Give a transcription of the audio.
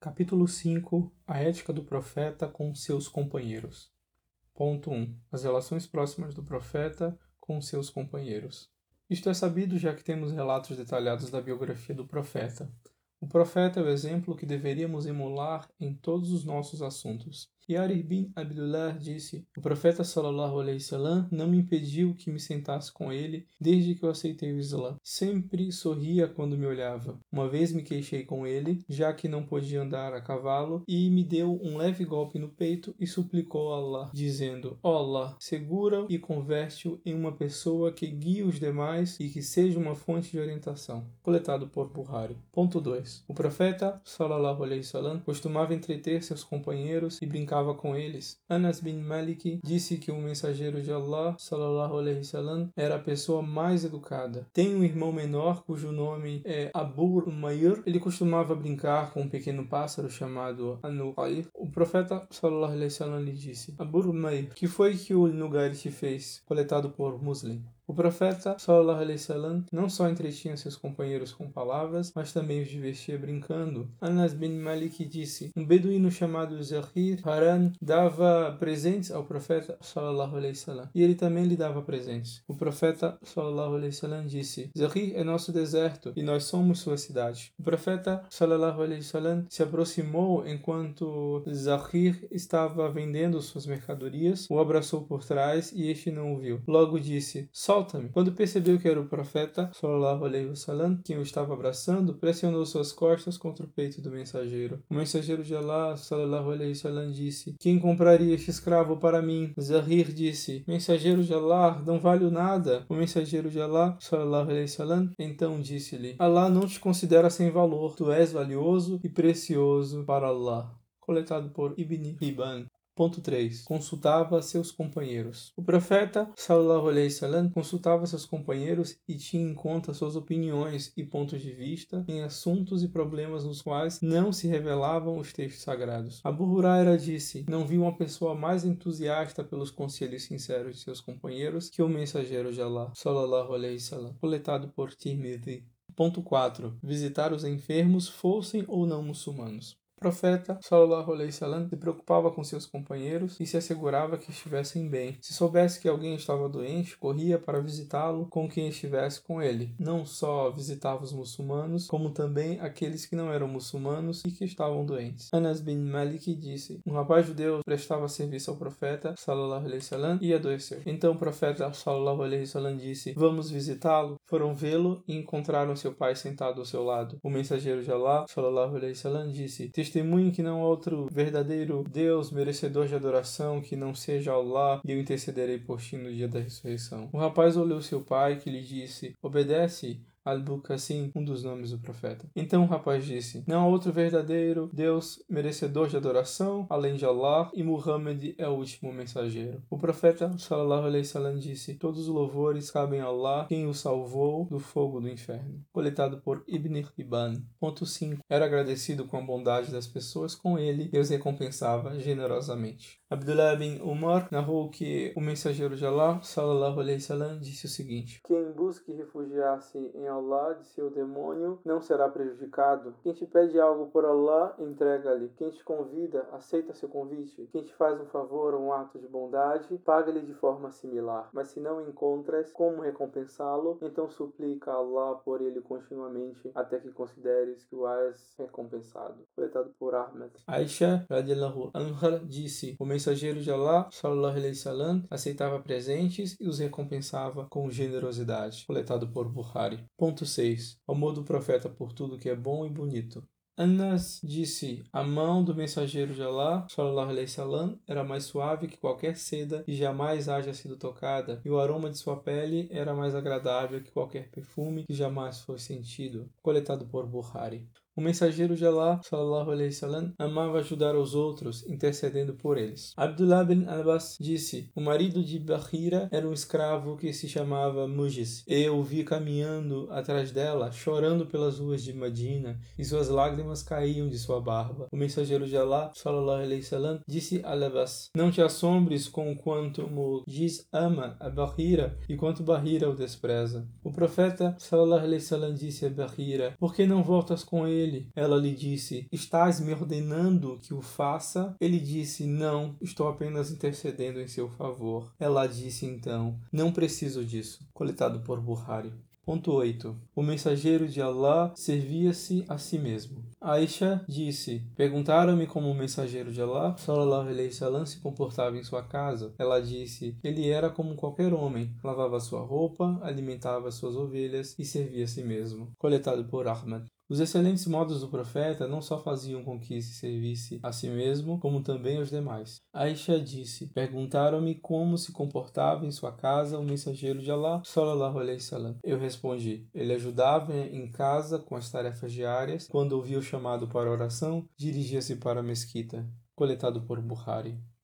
Capítulo 5. A ética do profeta com seus companheiros. Ponto 1. As relações próximas do profeta com seus companheiros. Isto é sabido já que temos relatos detalhados da biografia do profeta. O profeta é o exemplo que deveríamos emular em todos os nossos assuntos. Jarir bin Abdullah disse: o profeta sallallahu alaihi wasallam não me impediu que me sentasse com ele desde que eu aceitei o Islã. Sempre sorria quando me olhava. Uma vez me queixei com ele, já que não podia andar a cavalo, e me deu um leve golpe no peito e suplicou a Allah, dizendo: ó Allah, segura-o e converte-o em uma pessoa que guie os demais e que seja uma fonte de orientação. Coletado por Buhari. Ponto 2. O profeta sallallahu alaihi wasallam costumava entreter seus companheiros e brincava com eles. Anas bin Malik disse que o mensageiro de Allah sallallahu alaihi wasallam era a pessoa mais educada. Tem um irmão menor cujo nome é Abu Umayr. Ele costumava brincar com um pequeno pássaro chamado An-Nuqayr. O profeta sallallahu alaihi wasallam lhe disse: Abu Umayr, que foi que o Nugair te fez? Coletado por Muslim. O profeta sallallahu alaihi wasallam não só entretinha seus companheiros com palavras, mas também os divertia brincando. Anas bin Malik disse: um beduíno chamado Zahir Haran dava presentes ao profeta sallallahu alaihi wasallam, e ele também lhe dava presentes. O profeta sallallahu alaihi wasallam disse: Zahir é nosso deserto e nós somos sua cidade. O profeta sallallahu alaihi wasallam se aproximou enquanto Zahir estava vendendo suas mercadorias, o abraçou por trás e este não o viu. Logo disse: solta-me. Quando percebeu que era o profeta sallallahu alaihi wasallam quem o estava abraçando, pressionou suas costas contra o peito do mensageiro. O mensageiro de Allah sallallahu alaihi wasallam disse: quem compraria este escravo para mim? Zahir disse: mensageiro de Allah, não vale nada. O mensageiro de Allah sallallahu alaihi wasallam então disse-lhe: Allah não te considera sem valor, tu és valioso e precioso para Allah. Coletado por Ibn Hibban. Ponto 3. Consultava seus companheiros. O profeta sallallahu alaihi wasallam consultava seus companheiros e tinha em conta suas opiniões e pontos de vista em assuntos e problemas nos quais não se revelavam os textos sagrados. Abu Huraira disse: não vi uma pessoa mais entusiasta pelos conselhos sinceros de seus companheiros que o mensageiro de Allah sallallahu alaihi wasallam. Coletado por Tirmidhi. Ponto 4. Visitar os enfermos, fossem ou não muçulmanos. O profeta sallallahu alaihi wasallam se preocupava com seus companheiros e se assegurava que estivessem bem. Se soubesse que alguém estava doente, corria para visitá-lo com quem estivesse com ele. Não só visitava os muçulmanos, como também aqueles que não eram muçulmanos e que estavam doentes. Anas bin Malik disse: um rapaz judeu prestava serviço ao profeta sallallahu alaihi wasallam e adoeceu. Então o profeta sallallahu alaihi wasallam disse: vamos visitá-lo. Foram vê-lo e encontraram seu pai sentado ao seu lado. O mensageiro de Allah sallallahu alaihi wasallam disse: testemunho que não há outro verdadeiro Deus merecedor de adoração que não seja Allah, e eu intercederei por ti no dia da ressurreição. O rapaz olhou seu pai, que lhe disse: obedece Al-Bukassim, um dos nomes do profeta. Então o rapaz disse: não há outro verdadeiro Deus merecedor de adoração além de Allah, e Muhammad é o último mensageiro. O profeta sallallahu alaihi wasallam disse: todos os louvores cabem a Allah, quem o salvou do fogo do inferno. Coletado por Ibn Hibban. Ponto 5. Era agradecido com a bondade das pessoas com ele e os recompensava generosamente. Abdullah bin Umar narrou que o mensageiro de Allah sallallahu alaihi wasallam disse o seguinte: quem busque refugiar-se em Allah de seu demônio não será prejudicado. Quem te pede algo por Allah, entrega-lhe. Quem te convida, aceita seu convite. Quem te faz um favor ou um ato de bondade, paga-lhe de forma similar. Mas se não encontras como recompensá-lo, então suplica a Allah por ele continuamente, até que consideres que o és recompensado. Coletado por Ahmed. Aisha radiallahu anha disse: o mensageiro de Allah sallallahu alaihi wasallam aceitava presentes e os recompensava com generosidade. Coletado por Buhari. Ponto 6. O amor do profeta por tudo que é bom e bonito. Anas disse: a mão do mensageiro de Allah sallallahu alaihi wasallam era mais suave que qualquer seda e jamais haja sido tocada, e o aroma de sua pele era mais agradável que qualquer perfume que jamais foi sentido. Coletado por Buhari. O mensageiro de Allah sallallahu alaihi wasallam amava ajudar os outros, intercedendo por eles. Abdullah bin Abbas disse: o marido de Bahira era um escravo que se chamava Mujis. Eu o vi caminhando atrás dela, chorando pelas ruas de Medina, e suas lágrimas caíam de sua barba. O mensageiro de Allah sallallahu alaihi wasallam disse a Abbas: não te assombres com quanto Mujis ama a Bahira e quanto Bahira o despreza. O profeta sallallahu alaihi wasallam disse a Bahira: por que não voltas com ele ele. Ela lhe disse: estás me ordenando que o faça? Ele disse: não, estou apenas intercedendo em seu favor. Ela disse então: não preciso disso. Coletado por Bukhari. Ponto 8. O mensageiro de Allah servia-se a si mesmo. Aisha disse: perguntaram-me como o mensageiro de Allah, sallallahu alaihi wasallam, se comportava em sua casa. Ela disse: ele era como qualquer homem, lavava sua roupa, alimentava suas ovelhas e servia a si mesmo. Coletado por Ahmad. Os excelentes modos do profeta não só faziam com que se servisse a si mesmo, como também aos demais. Aisha disse: perguntaram-me como se comportava em sua casa o mensageiro de Allah, sallallahu alaihi wasallam. Eu respondi: ele ajudava em casa com as tarefas diárias. Quando ouvia o chamado para oração, dirigia-se para a mesquita. Coletado por Bukhari.